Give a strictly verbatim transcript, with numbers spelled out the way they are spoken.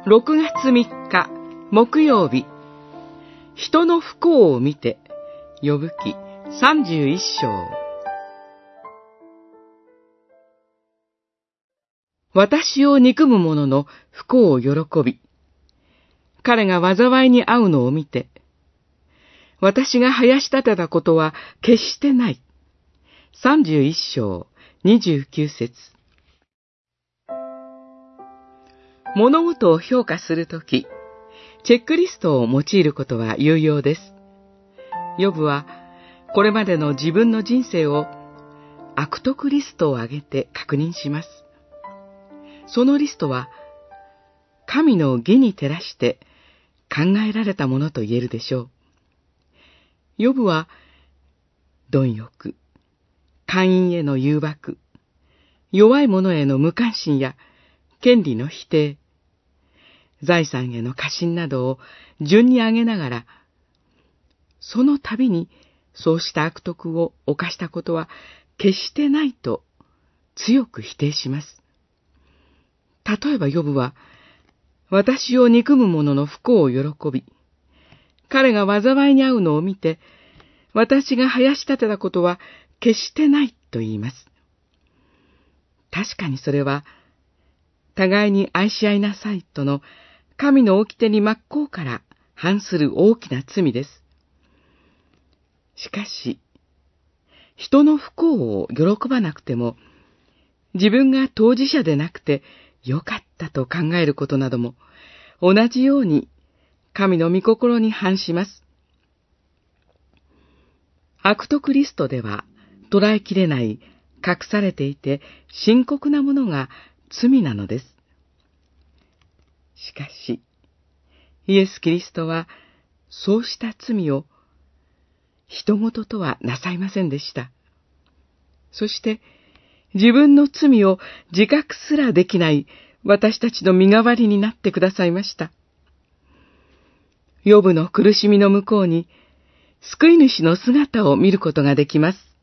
ろくがつみっか木曜日、人の不幸を見て呼ぶ記さんじゅういっ章。私を憎む者の不幸を喜び、彼が災いに遭うのを見て、私が生やし立てたことは決してない。さんじゅういっ章にじゅうきゅう節。物事を評価するとき、チェックリストを用いることは有用です。ヨブはこれまでの自分の人生を悪徳リストを上げて確認します。そのリストは神の義に照らして考えられたものと言えるでしょう。ヨブは貪欲、姦淫への誘惑、弱い者への無関心や権利の否定、財産への過信などを順に挙げながら、その度にそうした悪徳を犯したことは決してないと強く否定します。例えばヨブは、私を憎む者の不幸を喜び、彼が災いに遭うのを見て、私が生やし立てたことは決してないと言います。確かにそれは、互いに愛し合いなさいとの神の掟に真っ向から反する大きな罪です。しかし、人の不幸を喜ばなくても、自分が当事者でなくてよかったと考えることなども、同じように神の御心に反します。悪徳リストでは捉えきれない、隠されていて深刻なものが罪なのです。しかし、イエス・キリストはそうした罪を人事とはなさいませんでした。そして自分の罪を自覚すらできない私たちの身代わりになってくださいました。ヨブの苦しみの向こうに救い主の姿を見ることができます。